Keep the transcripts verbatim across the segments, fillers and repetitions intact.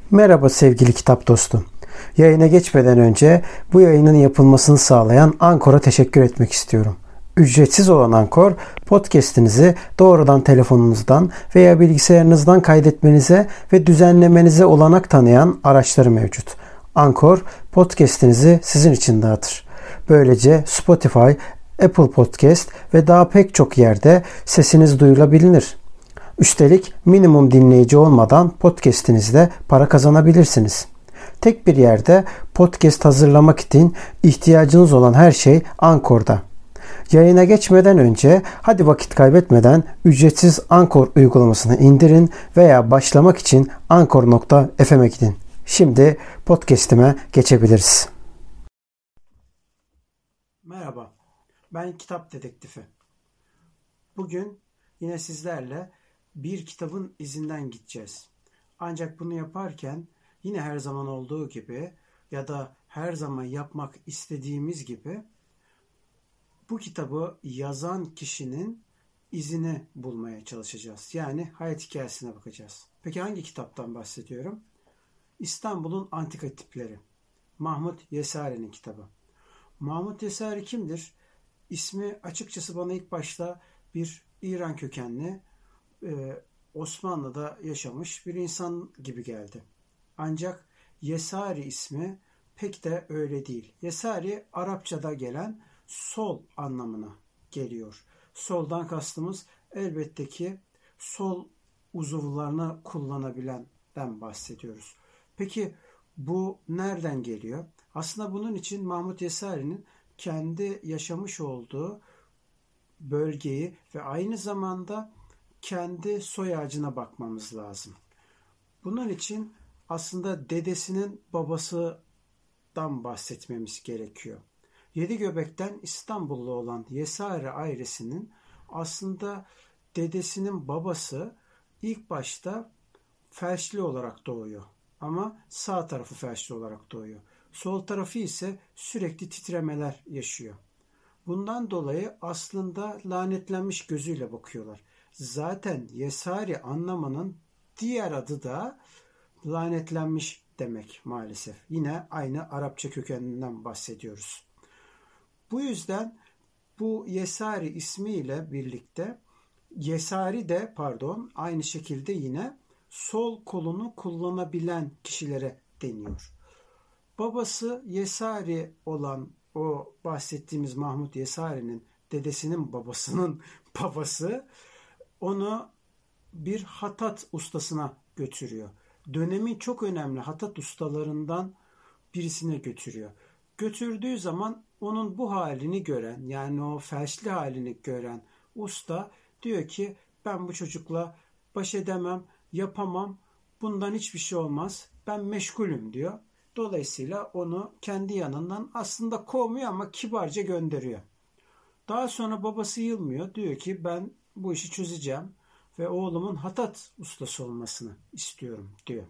Merhaba sevgili kitap dostum. Yayına geçmeden önce bu yayının yapılmasını sağlayan Ankor'a teşekkür etmek istiyorum. Ücretsiz olan Ankor, podcast'inizi doğrudan telefonunuzdan veya bilgisayarınızdan kaydetmenize ve düzenlemenize olanak tanıyan araçları mevcut. Ankor, podcast'inizi sizin için dağıtır. Böylece Spotify, Apple Podcast ve daha pek çok yerde sesiniz duyulabilir. Üstelik minimum dinleyici olmadan podcast'inizde para kazanabilirsiniz. Tek bir yerde podcast hazırlamak için ihtiyacınız olan her şey Ankor'da. Yayına geçmeden önce hadi vakit kaybetmeden ücretsiz Ankor uygulamasını indirin veya başlamak için ankor nokta f m'e gidin. Şimdi podcast'ime geçebiliriz. Merhaba, ben Kitap Dedektifi. Bugün yine sizlerle bir kitabın izinden gideceğiz. Ancak bunu yaparken yine her zaman olduğu gibi ya da her zaman yapmak istediğimiz gibi bu kitabı yazan kişinin izini bulmaya çalışacağız. Yani hayat hikayesine bakacağız. Peki hangi kitaptan bahsediyorum? İstanbul'un Antika Tipleri. Mahmut Yesari'nin kitabı. Mahmut Yesari kimdir? İsmi açıkçası bana ilk başta bir İran kökenli Ee, Osmanlı'da yaşamış bir insan gibi geldi. Ancak Yesari ismi pek de öyle değil. Yesari Arapçada gelen sol anlamına geliyor. Soldan kastımız elbette ki sol uzuvlarını kullanabilenden bahsediyoruz. Peki bu nereden geliyor? Aslında bunun için Mahmut Yesari'nin kendi yaşamış olduğu bölgeyi ve aynı zamanda kendi soy ağacına bakmamız lazım. Bunun için aslında dedesinin babasından bahsetmemiz gerekiyor. Yedi Göbek'ten İstanbullu olan Yesari ailesinin aslında dedesinin babası ilk başta felçli olarak doğuyor. Ama sağ tarafı felçli olarak doğuyor. Sol tarafı ise sürekli titremeler yaşıyor. Bundan dolayı aslında lanetlenmiş gözüyle bakıyorlar. Zaten Yesari anlamının diğer adı da lanetlenmiş demek maalesef. Yine aynı Arapça kökeninden bahsediyoruz. Bu yüzden bu Yesari ismiyle birlikte Yesari de pardon aynı şekilde yine sol kolunu kullanabilen kişilere deniyor. Babası Yesari olan o bahsettiğimiz Mahmut Yesari'nin dedesinin babasının babası onu bir hatat ustasına götürüyor. Dönemin çok önemli hatat ustalarından birisine götürüyor. Götürdüğü zaman onun bu halini gören, yani o felçli halini gören usta diyor ki ben bu çocukla baş edemem, yapamam, bundan hiçbir şey olmaz, ben meşgulüm diyor. Dolayısıyla onu kendi yanından aslında kovmuyor ama kibarca gönderiyor. Daha sonra babası yılmıyor. Diyor ki ben bu işi çözeceğim ve oğlumun hatat ustası olmasını istiyorum diyor.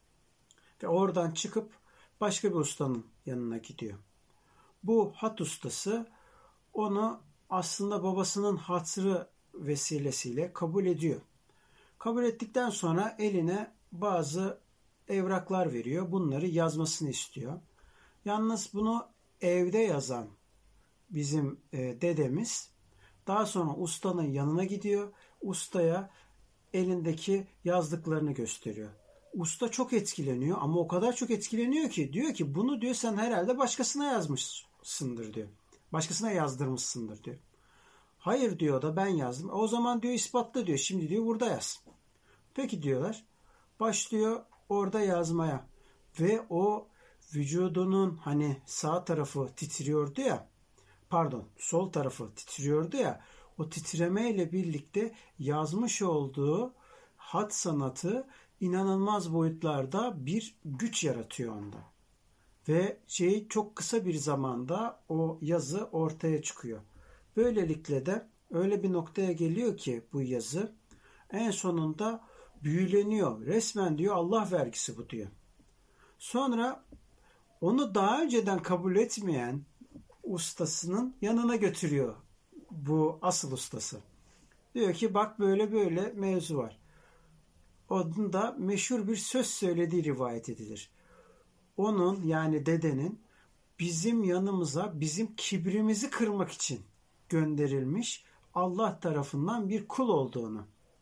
Ve oradan çıkıp başka bir ustanın yanına gidiyor. Bu hat ustası onu aslında babasının hatırı vesilesiyle kabul ediyor. Kabul ettikten sonra eline bazı evraklar veriyor. Bunları yazmasını istiyor. Yalnız bunu evde yazan bizim e, dedemiz daha sonra ustanın yanına gidiyor. Ustaya elindeki yazdıklarını gösteriyor. Usta çok etkileniyor ama o kadar çok etkileniyor ki diyor ki bunu diyor sen herhalde başkasına yazmışsındır diyor. Başkasına yazdırmışsındır diyor. Hayır diyor da ben yazdım. O zaman diyor ispatla diyor. Şimdi diyor burada yaz. Peki diyorlar. Başlıyor orada yazmaya. Ve o vücudunun hani sağ tarafı titriyordu ya. Pardon sol tarafı titriyordu ya. O titremeyle birlikte yazmış olduğu hat sanatı inanılmaz boyutlarda bir güç yaratıyor onda. Ve şey çok kısa bir zamanda o yazı ortaya çıkıyor. Böylelikle de öyle bir noktaya geliyor ki bu yazı en sonunda büyüleniyor. Resmen diyor Allah vergisi bu diyor. Sonra onu daha önceden kabul etmeyen ustasının yanına götürüyor bu asıl ustası. Diyor ki bak böyle böyle mevzu var. Onun da meşhur bir söz söylediği rivayet edilir. Onun, yani dedenin, bizim yanımıza bizim kibrimizi kırmak için gönderilmiş Allah tarafından bir kul olduğunu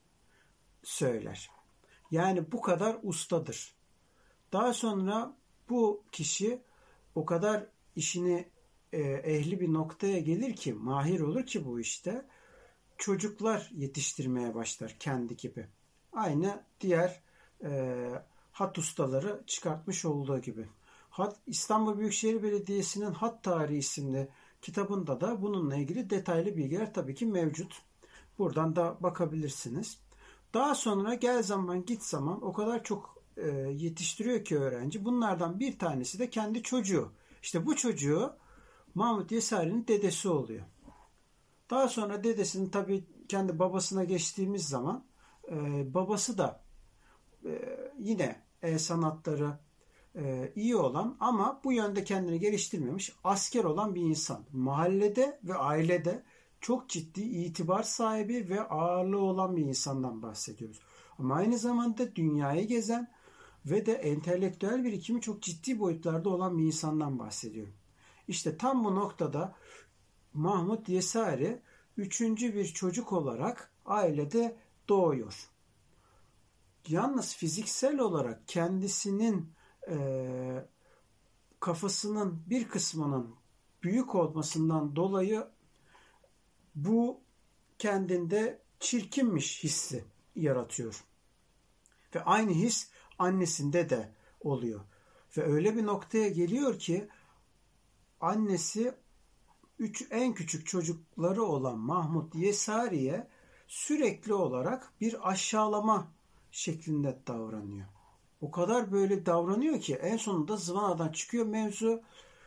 söyler. Yani bu kadar ustadır. Daha sonra bu kişi o kadar işini e, ehli bir noktaya gelir ki, mahir olur ki bu işte, çocuklar yetiştirmeye başlar kendi gibi. Aynı diğer e, hat ustaları çıkartmış olduğu gibi. Hat, İstanbul Büyükşehir Belediyesi'nin Hat Tarihi isimli kitabında da bununla ilgili detaylı bilgiler tabii ki mevcut. Buradan da bakabilirsiniz. Daha sonra gel zaman git zaman o kadar çok e, yetiştiriyor ki öğrenci. Bunlardan bir tanesi de kendi çocuğu. İşte bu çocuğu Mahmud Yesari'nin dedesi oluyor. Daha sonra dedesinin tabii kendi babasına geçtiğimiz zaman e, babası da e, yine el sanatları e, iyi olan ama bu yönde kendini geliştirmemiş asker olan bir insan. Mahallede ve ailede çok ciddi itibar sahibi ve ağırlığı olan bir insandan bahsediyoruz. Ama aynı zamanda dünyayı gezen ve de entelektüel birikimi çok ciddi boyutlarda olan bir insandan bahsediyorum. İşte tam bu noktada Mahmud Yesari üçüncü bir çocuk olarak ailede doğuyor. Yalnız fiziksel olarak kendisinin e, kafasının bir kısmının büyük olmasından dolayı bu kendinde çirkinmiş hissi yaratıyor. Ve aynı his annesinde de oluyor. Ve öyle bir noktaya geliyor ki annesi üç en küçük çocukları olan Mahmud Yesari'ye sürekli olarak bir aşağılama şeklinde davranıyor. O kadar böyle davranıyor ki en sonunda zıvanadan çıkıyor mevzu.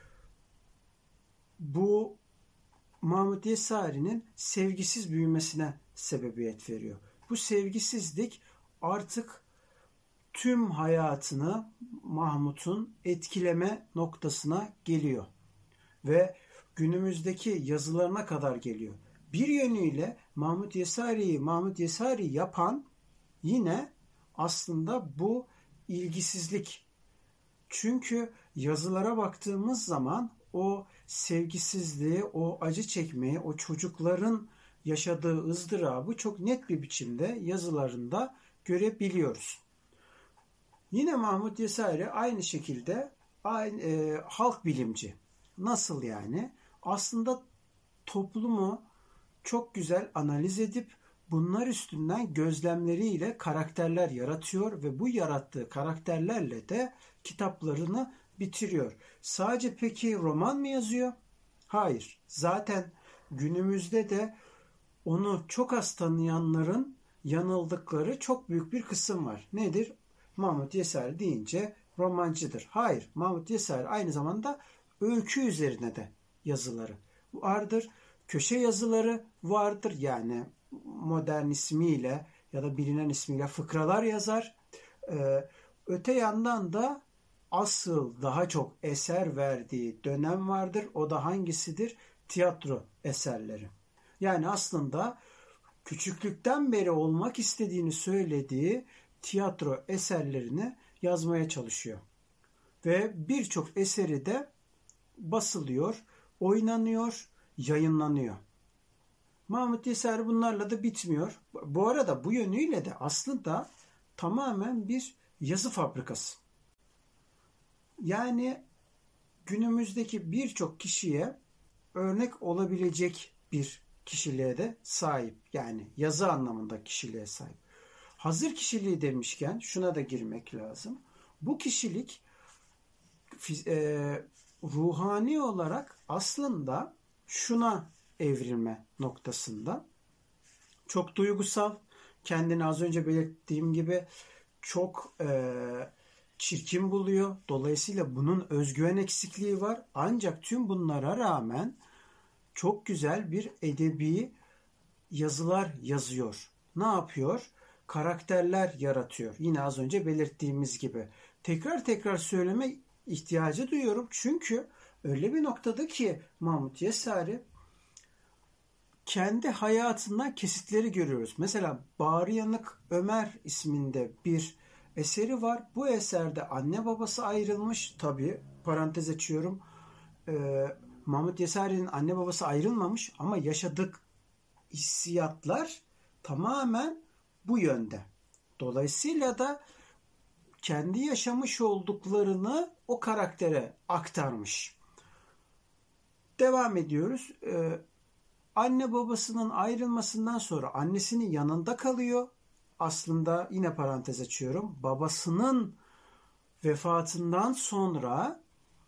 Bu Mahmud Yesari'nin sevgisiz büyümesine sebebiyet veriyor. Bu sevgisizlik artık tüm hayatını Mahmud'un etkileme noktasına geliyor. Ve günümüzdeki yazılarına kadar geliyor. Bir yönüyle Mahmud Yesari'yi Mahmud Yesari yapan yine aslında bu ilgisizlik. Çünkü yazılara baktığımız zaman o sevgisizliği, o acı çekmeyi, o çocukların yaşadığı ızdırabı çok net bir biçimde yazılarında görebiliyoruz. Yine Mahmud Yesari aynı şekilde aynı, e, halk bilimci. Nasıl yani? Aslında toplumu çok güzel analiz edip bunlar üstünden gözlemleriyle karakterler yaratıyor ve bu yarattığı karakterlerle de kitaplarını bitiriyor. Sadece peki roman mı yazıyor? Hayır. Zaten günümüzde de onu çok az tanıyanların yanıldıkları çok büyük bir kısım var. Nedir? Mahmud Yesari deyince romancıdır. Hayır. Mahmud Yesari aynı zamanda öykü üzerine de yazıları vardır. Köşe yazıları vardır. Yani modern ismiyle ya da bilinen ismiyle fıkralar yazar. Ee, öte yandan da asıl daha çok eser verdiği dönem vardır. O da hangisidir? Tiyatro eserleri. Yani aslında küçüklükten beri olmak istediğini söylediği tiyatro eserlerini yazmaya çalışıyor. Ve birçok eseri de basılıyor, oynanıyor, yayınlanıyor. Mahmud Yesari bunlarla da bitmiyor. Bu arada bu yönüyle de aslında tamamen bir yazı fabrikası. Yani günümüzdeki birçok kişiye örnek olabilecek bir kişiliğe de sahip. Yani yazı anlamında kişiliğe sahip. Hazır kişiliği demişken şuna da girmek lazım. Bu kişilik e, ruhani olarak aslında şuna evrilme noktasında. Çok duygusal, kendini az önce belirttiğim gibi çok e, çirkin buluyor. Dolayısıyla bunun özgüven eksikliği var. Ancak tüm bunlara rağmen çok güzel bir edebi yazılar yazıyor. Ne yapıyor? Karakterler yaratıyor. Yine az önce belirttiğimiz gibi. Tekrar tekrar söyleme ihtiyacı duyuyorum. Çünkü öyle bir noktada ki Mahmud Yesari kendi hayatından kesitleri görüyoruz. Mesela Bağrı Yanık Ömer isminde bir eseri var. Bu eserde anne babası ayrılmış. Tabii parantez açıyorum. Ee, Mahmut Yesari'nin anne babası ayrılmamış ama yaşadık hissiyatlar tamamen bu yönde. Dolayısıyla da kendi yaşamış olduklarını o karaktere aktarmış. Devam ediyoruz. Ee, anne babasının ayrılmasından sonra annesinin yanında kalıyor. Aslında yine parantez açıyorum. Babasının vefatından sonra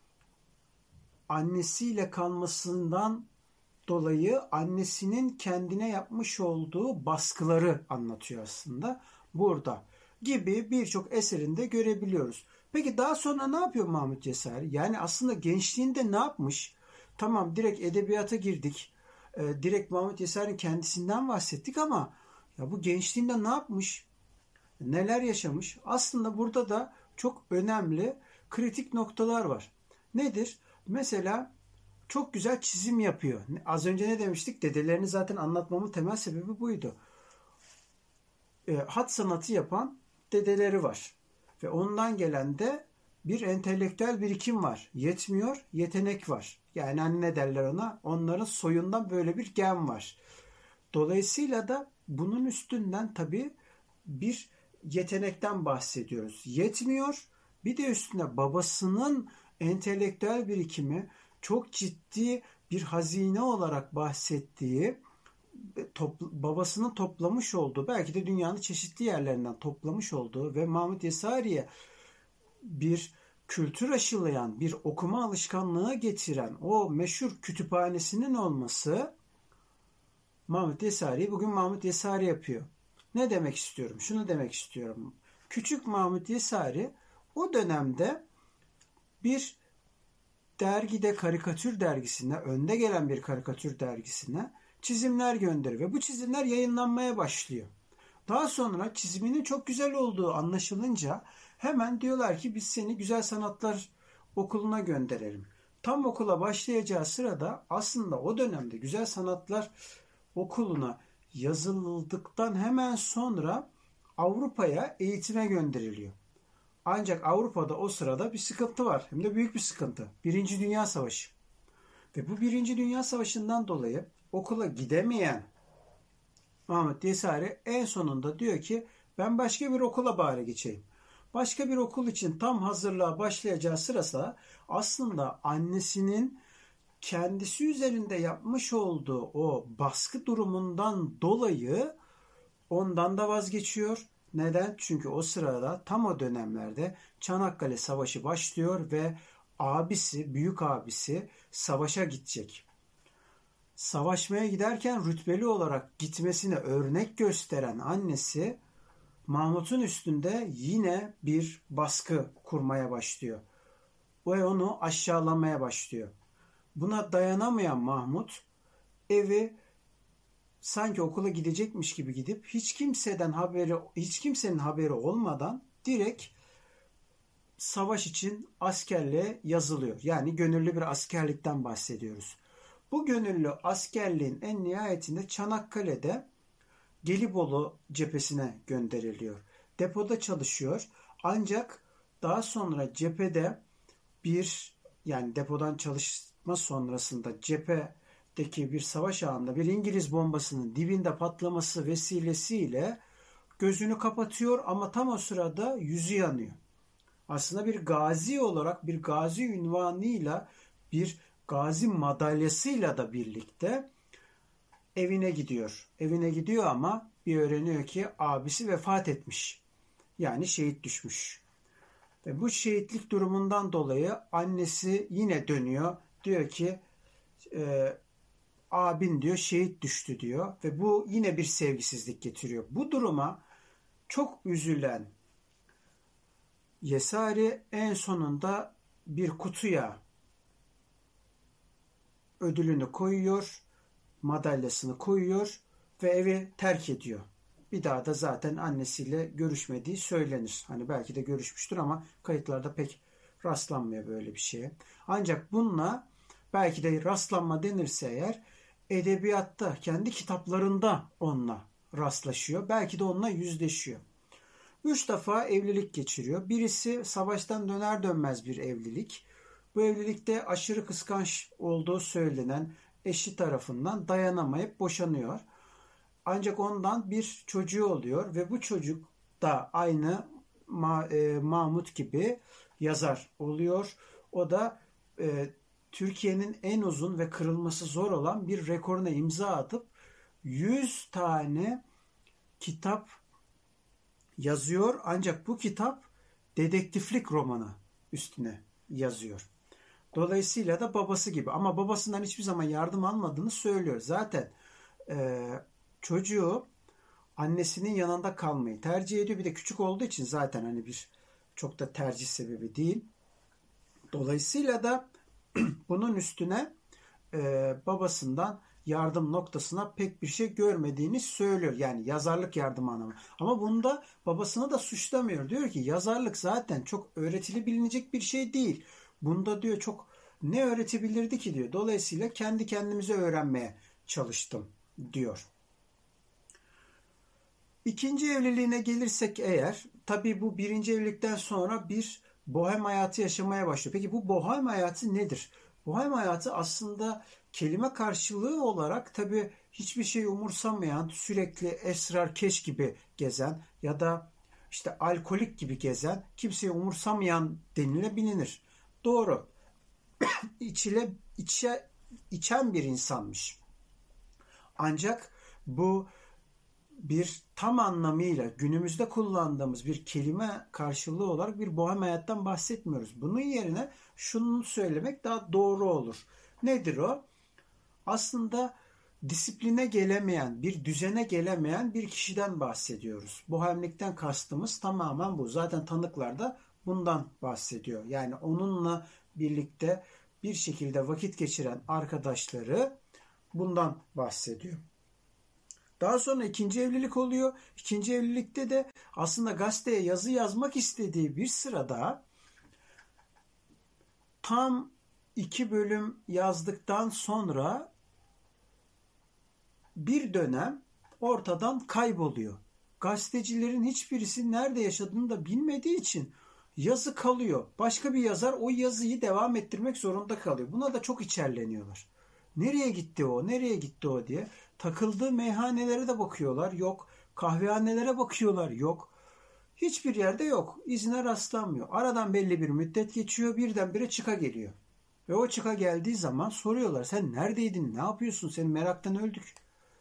annesiyle kalmasından dolayı annesinin kendine yapmış olduğu baskıları anlatıyor aslında burada gibi birçok eserinde görebiliyoruz. Peki daha sonra ne yapıyor Mahmut Yesari? Yani aslında gençliğinde ne yapmış? Tamam, direkt edebiyata girdik. E, direkt Mahmut Yesari'nin kendisinden bahsettik ama ya bu gençliğinde ne yapmış? Neler yaşamış? Aslında burada da çok önemli kritik noktalar var. Nedir? Mesela çok güzel çizim yapıyor. Az önce ne demiştik? Dedelerini zaten anlatmamın temel sebebi buydu. E, hat sanatı yapan dedeleri var. Ve ondan gelen de bir entelektüel birikim var. Yetmiyor, yetenek var. Yani hani ne derler ona? Onların soyundan böyle bir gen var. Dolayısıyla da bunun üstünden tabii bir yetenekten bahsediyoruz. Yetmiyor. Bir de üstüne babasının entelektüel birikimi çok ciddi bir hazine olarak bahsettiği, topl- babasının toplamış olduğu, belki de dünyanın çeşitli yerlerinden toplamış olduğu ve Mahmut Yesari'ye bir kültür aşılayan, bir okuma alışkanlığı getiren o meşhur kütüphanesinin olması Mahmut Yesari'yi bugün Mahmut Yesari yapıyor. Ne demek istiyorum? Şunu demek istiyorum. Küçük Mahmut Yesari o dönemde bir dergide, karikatür dergisine, önde gelen bir karikatür dergisine çizimler gönderiyor ve bu çizimler yayınlanmaya başlıyor. Daha sonra çiziminin çok güzel olduğu anlaşılınca hemen diyorlar ki biz seni Güzel Sanatlar Okulu'na gönderelim. Tam okula başlayacağı sırada aslında o dönemde Güzel Sanatlar Okulu'na yazıldıktan hemen sonra Avrupa'ya eğitime gönderiliyor. Ancak Avrupa'da o sırada bir sıkıntı var. Hem de büyük bir sıkıntı. Birinci Dünya Savaşı. Ve bu Birinci Dünya Savaşı'ndan dolayı okula gidemeyen Mahmut Yesari en sonunda diyor ki ben başka bir okula bari geçeyim. Başka bir okul için tam hazırlığa başlayacağı sırada aslında annesinin kendisi üzerinde yapmış olduğu o baskı durumundan dolayı ondan da vazgeçiyor. Neden? Çünkü o sırada tam o dönemlerde Çanakkale Savaşı başlıyor ve abisi, büyük abisi savaşa gidecek. Savaşmaya giderken rütbeli olarak gitmesine örnek gösteren annesi Mahmut'un üstünde yine bir baskı kurmaya başlıyor. Ve onu aşağılamaya başlıyor. Buna dayanamayan Mahmut evi sanki okula gidecekmiş gibi gidip hiç kimseden haberi, hiç kimsenin haberi olmadan direkt savaş için askerliğe yazılıyor. Yani gönüllü bir askerlikten bahsediyoruz. Bu gönüllü askerliğin en nihayetinde Çanakkale'de Gelibolu cephesine gönderiliyor. Depoda çalışıyor. Ancak daha sonra cephede bir yani depodan çalışma sonrasında cephedeki bir savaş anında bir İngiliz bombasının dibinde patlaması vesilesiyle gözünü kapatıyor ama tam o sırada yüzü yanıyor. Aslında bir gazi olarak bir gazi ünvanıyla bir gazi madalyasıyla da birlikte evine gidiyor. Evine gidiyor ama bir öğreniyor ki abisi vefat etmiş. Yani şehit düşmüş. Ve bu şehitlik durumundan dolayı annesi yine dönüyor. Diyor ki e, abin diyor şehit düştü diyor. Ve bu yine bir sevgisizlik getiriyor. Bu duruma çok üzülen Yesari en sonunda bir kutuya ödülünü koyuyor, madalyasını koyuyor ve evi terk ediyor. Bir daha da zaten annesiyle görüşmediği söylenir. Hani belki de görüşmüştür ama kayıtlarda pek rastlanmıyor böyle bir şeye. Ancak bununla belki de rastlanma denirse eğer edebiyatta, kendi kitaplarında onunla rastlaşıyor. Belki de onunla yüzleşiyor. Üç defa evlilik geçiriyor. Birisi savaştan döner dönmez bir evlilik. Bu evlilikte aşırı kıskanç olduğu söylenen eşi tarafından dayanamayıp boşanıyor. Ancak ondan bir çocuğu oluyor ve bu çocuk da aynı Ma- e, Mahmut gibi yazar oluyor. O da e, Türkiye'nin en uzun ve kırılması zor olan bir rekoruna imza atıp yüz tane kitap yazıyor. Ancak bu kitap dedektiflik romanı üstüne yazıyor. Dolayısıyla da babası gibi, ama babasından hiçbir zaman yardım almadığını söylüyor. Zaten e, çocuğu annesinin yanında kalmayı tercih ediyor. Bir de küçük olduğu için zaten hani bir çok da tercih sebebi değil. Dolayısıyla da bunun üstüne e, babasından yardım noktasına pek bir şey görmediğini söylüyor. Yani yazarlık yardımı anlamı. Ama bunda babasını da suçlamıyor. Diyor ki yazarlık zaten çok öğretili bilinecek bir şey değil. Bunda diyor çok ne öğretebilirdi ki diyor. Dolayısıyla kendi kendimize öğrenmeye çalıştım diyor. İkinci evliliğine gelirsek eğer, tabii bu birinci evlilikten sonra bir bohem hayatı yaşamaya başlıyor. Peki bu bohem hayatı nedir? Bohem hayatı aslında kelime karşılığı olarak tabii hiçbir şey umursamayan, sürekli esrarkeş gibi gezen ya da işte alkolik gibi gezen, kimseyi umursamayan denilebilir. Doğru. İçile, içe, içen bir insanmış. Ancak bu bir tam anlamıyla günümüzde kullandığımız bir kelime karşılığı olarak bir bohem hayattan bahsetmiyoruz. Bunun yerine şunu söylemek daha doğru olur. Nedir o? Aslında disipline gelemeyen, bir düzene gelemeyen bir kişiden bahsediyoruz. Bohemlikten kastımız tamamen bu. Zaten tanıklar da bundan bahsediyor. Yani onunla birlikte bir şekilde vakit geçiren arkadaşları bundan bahsediyor. Daha sonra ikinci evlilik oluyor. İkinci evlilikte de aslında gazeteye yazı yazmak istediği bir sırada tam iki bölüm yazdıktan sonra bir dönem ortadan kayboluyor. Gazetecilerin hiçbirisi nerede yaşadığını da bilmediği için yazı kalıyor. Başka bir yazar o yazıyı devam ettirmek zorunda kalıyor. Buna da çok içerleniyorlar. Nereye gitti o, nereye gitti o diye. Takıldığı meyhanelere de bakıyorlar, yok. Kahvehanelere bakıyorlar, yok. Hiçbir yerde yok. İzine rastlanmıyor. Aradan belli bir müddet geçiyor, birdenbire çıka geliyor. Ve o çıka geldiği zaman soruyorlar, sen neredeydin, ne yapıyorsun, seni meraktan öldük.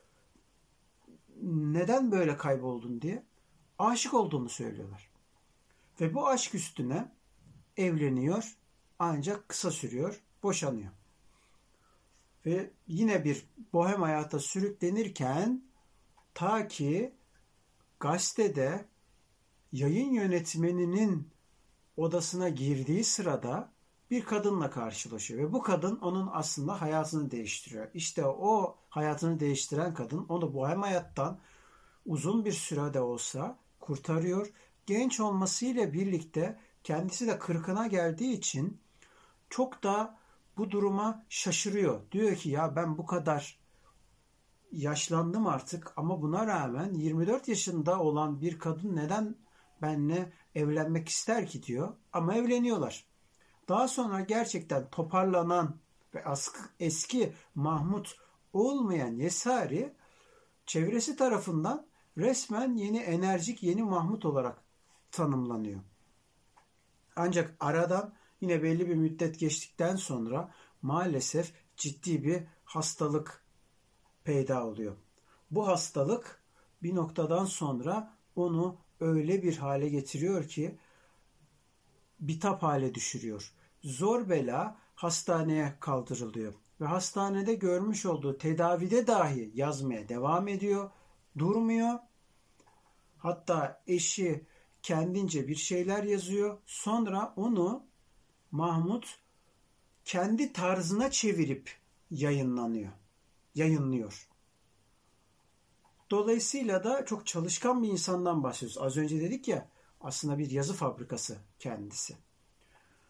Neden böyle kayboldun diye. Aşık olduğunu söylüyorlar. Ve bu aşk üstüne evleniyor, ancak kısa sürüyor, boşanıyor. Ve yine bir bohem hayata sürüklenirken ta ki gazetede yayın yönetmeninin odasına girdiği sırada bir kadınla karşılaşıyor. Ve bu kadın onun aslında hayatını değiştiriyor. İşte o hayatını değiştiren kadın onu bohem hayattan uzun bir sürede olsa kurtarıyor. Genç olmasıyla birlikte kendisi de kırkına geldiği için çok da bu duruma şaşırıyor. Diyor ki ya ben bu kadar yaşlandım artık ama buna rağmen yirmi dört yaşında olan bir kadın neden benimle evlenmek ister ki diyor. Ama evleniyorlar. Daha sonra gerçekten toparlanan ve eski Mahmut olmayan Yesari çevresi tarafından resmen yeni enerjik yeni Mahmut olarak tanımlanıyor. Ancak aradan yine belli bir müddet geçtikten sonra maalesef ciddi bir hastalık peyda oluyor. Bu hastalık bir noktadan sonra onu öyle bir hale getiriyor ki bitap hale düşürüyor. Zor bela hastaneye kaldırılıyor. Ve hastanede görmüş olduğu tedavide dahi yazmaya devam ediyor. Durmuyor. Hatta eşi kendince bir şeyler yazıyor. Sonra onu Mahmut kendi tarzına çevirip yayınlanıyor. Yayınlıyor. Dolayısıyla da çok çalışkan bir insandan bahsediyoruz. Az önce dedik ya aslında bir yazı fabrikası kendisi.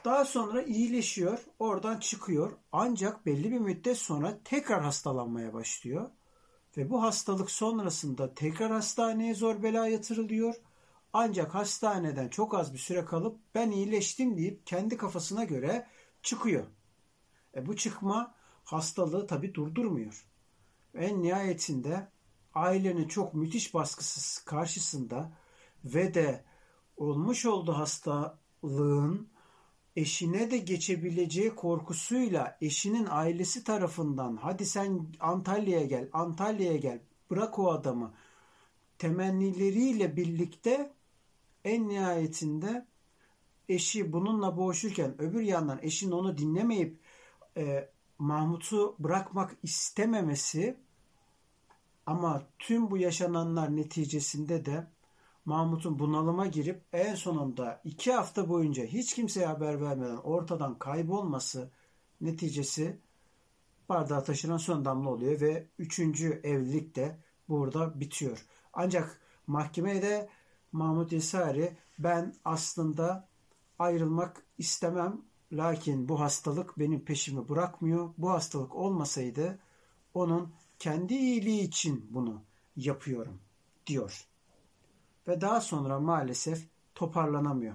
Daha sonra iyileşiyor, oradan çıkıyor. Ancak belli bir müddet sonra tekrar hastalanmaya başlıyor. Ve bu hastalık sonrasında tekrar hastaneye zor bela yatırılıyor. Ancak hastaneden çok az bir süre kalıp ben iyileştim deyip kendi kafasına göre çıkıyor. E bu çıkma hastalığı tabii durdurmuyor. En nihayetinde ailenin çok müthiş baskısı karşısında ve de olmuş olduğu hastalığın eşine de geçebileceği korkusuyla eşinin ailesi tarafından hadi sen Antalya'ya gel, Antalya'ya gel, bırak o adamı temennileriyle birlikte en nihayetinde eşi bununla boğuşurken öbür yandan eşin onu dinlemeyip e, Mahmut'u bırakmak istememesi ama tüm bu yaşananlar neticesinde de Mahmut'un bunalıma girip en sonunda iki hafta boyunca hiç kimseye haber vermeden ortadan kaybolması neticesi bardağı taşıran son damla oluyor ve üçüncü evlilik de burada bitiyor. Ancak mahkemede Mahmut Yesari ben aslında ayrılmak istemem lakin bu hastalık benim peşimi bırakmıyor. Bu hastalık olmasaydı onun kendi iyiliği için bunu yapıyorum diyor. Ve daha sonra maalesef toparlanamıyor.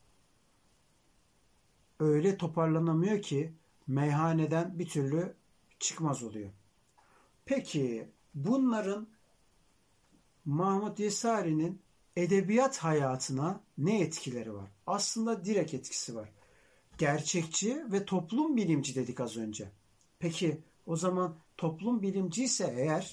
Öyle toparlanamıyor ki meyhaneden bir türlü çıkmaz oluyor. Peki bunların Mahmut Yesari'nin edebiyat hayatına ne etkileri var? Aslında direkt etkisi var. Gerçekçi ve toplum bilimci dedik az önce. Peki o zaman toplum bilimci ise eğer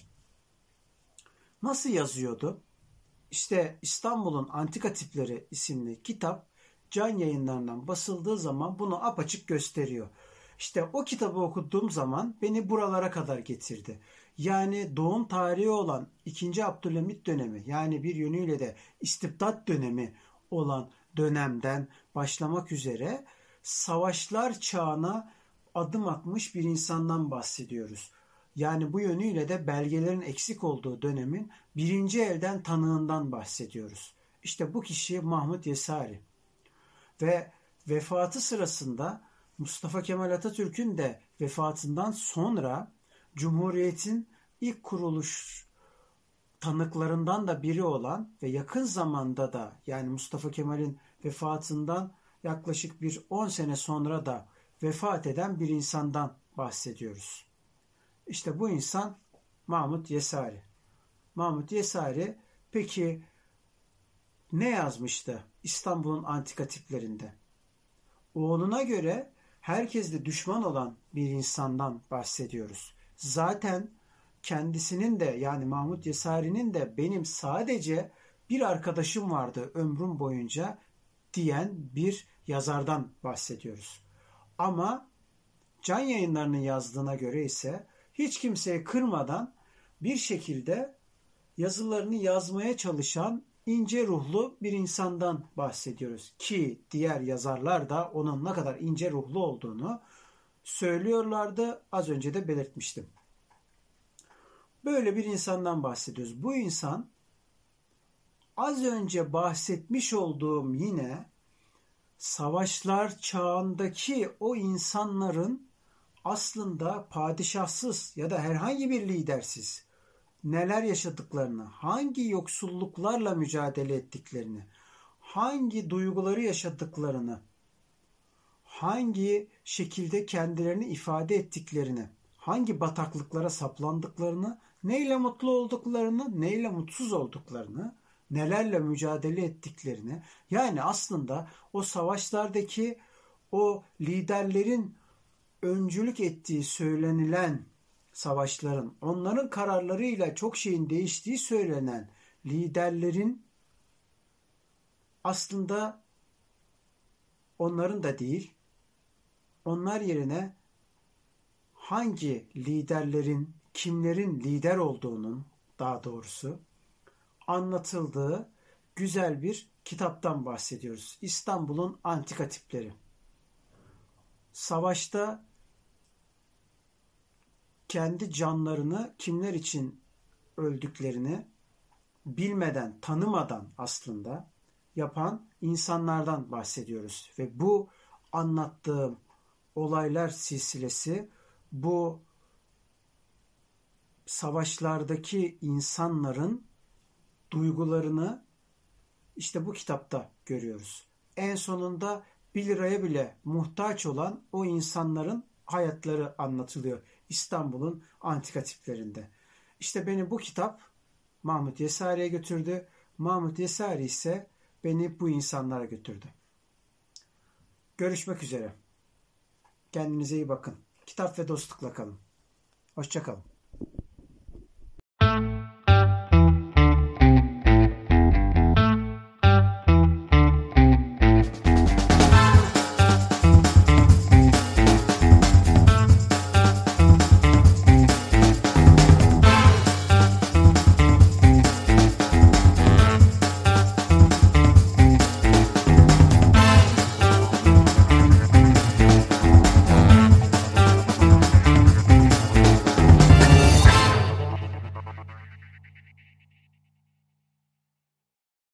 nasıl yazıyordu? İşte İstanbul'un Antika Tipleri isimli kitap Can Yayınlarından basıldığı zaman bunu apaçık gösteriyor. İşte o kitabı okuduğum zaman beni buralara kadar getirdi. Yani doğum tarihi olan ikinci. Abdülhamit dönemi yani bir yönüyle de istibdat dönemi olan dönemden başlamak üzere savaşlar çağına adım atmış bir insandan bahsediyoruz. Yani bu yönüyle de belgelerin eksik olduğu dönemin birinci elden tanığından bahsediyoruz. İşte bu kişi Mahmut Yesari. Ve vefatı sırasında Mustafa Kemal Atatürk'ün de vefatından sonra Cumhuriyet'in ilk kuruluş tanıklarından da biri olan ve yakın zamanda da yani Mustafa Kemal'in vefatından yaklaşık bir on sene sonra da vefat eden bir insandan bahsediyoruz. İşte bu insan Mahmut Yesari. Mahmut Yesari peki ne yazmıştı İstanbul'un Antika Tiplerinde? Oğluna göre herkesle düşman olan bir insandan bahsediyoruz. Zaten kendisinin de yani Mahmut Yesari'nin de benim sadece bir arkadaşım vardı ömrüm boyunca diyen bir yazardan bahsediyoruz. Ama Can Yayınları'nın yazdığına göre ise hiç kimseyi kırmadan bir şekilde yazılarını yazmaya çalışan ince ruhlu bir insandan bahsediyoruz. Ki diğer yazarlar da onun ne kadar ince ruhlu olduğunu söylüyorlardı. Az önce de belirtmiştim. Böyle bir insandan bahsediyoruz. Bu insan az önce bahsetmiş olduğum yine savaşlar çağındaki o insanların aslında padişahsız ya da herhangi bir lidersiz neler yaşadıklarını, hangi yoksulluklarla mücadele ettiklerini, hangi duyguları yaşadıklarını, hangi şekilde kendilerini ifade ettiklerini, hangi bataklıklara saplandıklarını, neyle mutlu olduklarını, neyle mutsuz olduklarını, nelerle mücadele ettiklerini, yani aslında o savaşlardaki o liderlerin öncülük ettiği söylenilen savaşların, onların kararlarıyla çok şeyin değiştiği söylenen liderlerin aslında onların da değil, onlar yerine hangi liderlerin, kimlerin lider olduğunun daha doğrusu anlatıldığı güzel bir kitaptan bahsediyoruz. İstanbul'un Antika Tipleri. Savaşta kendi canlarını kimler için öldüklerini bilmeden, tanımadan aslında yapan insanlardan bahsediyoruz. Ve bu anlattığım olaylar silsilesi bu savaşlardaki insanların duygularını işte bu kitapta görüyoruz. En sonunda bir liraya bile muhtaç olan o insanların hayatları anlatılıyor İstanbul'un antika tiplerinde. İşte beni bu kitap Mahmut Yesari'ye götürdü. Mahmut Yesari ise beni bu insanlara götürdü. Görüşmek üzere. Kendinize iyi bakın. Kitap ve dostlukla kalın. Hoşça kalın.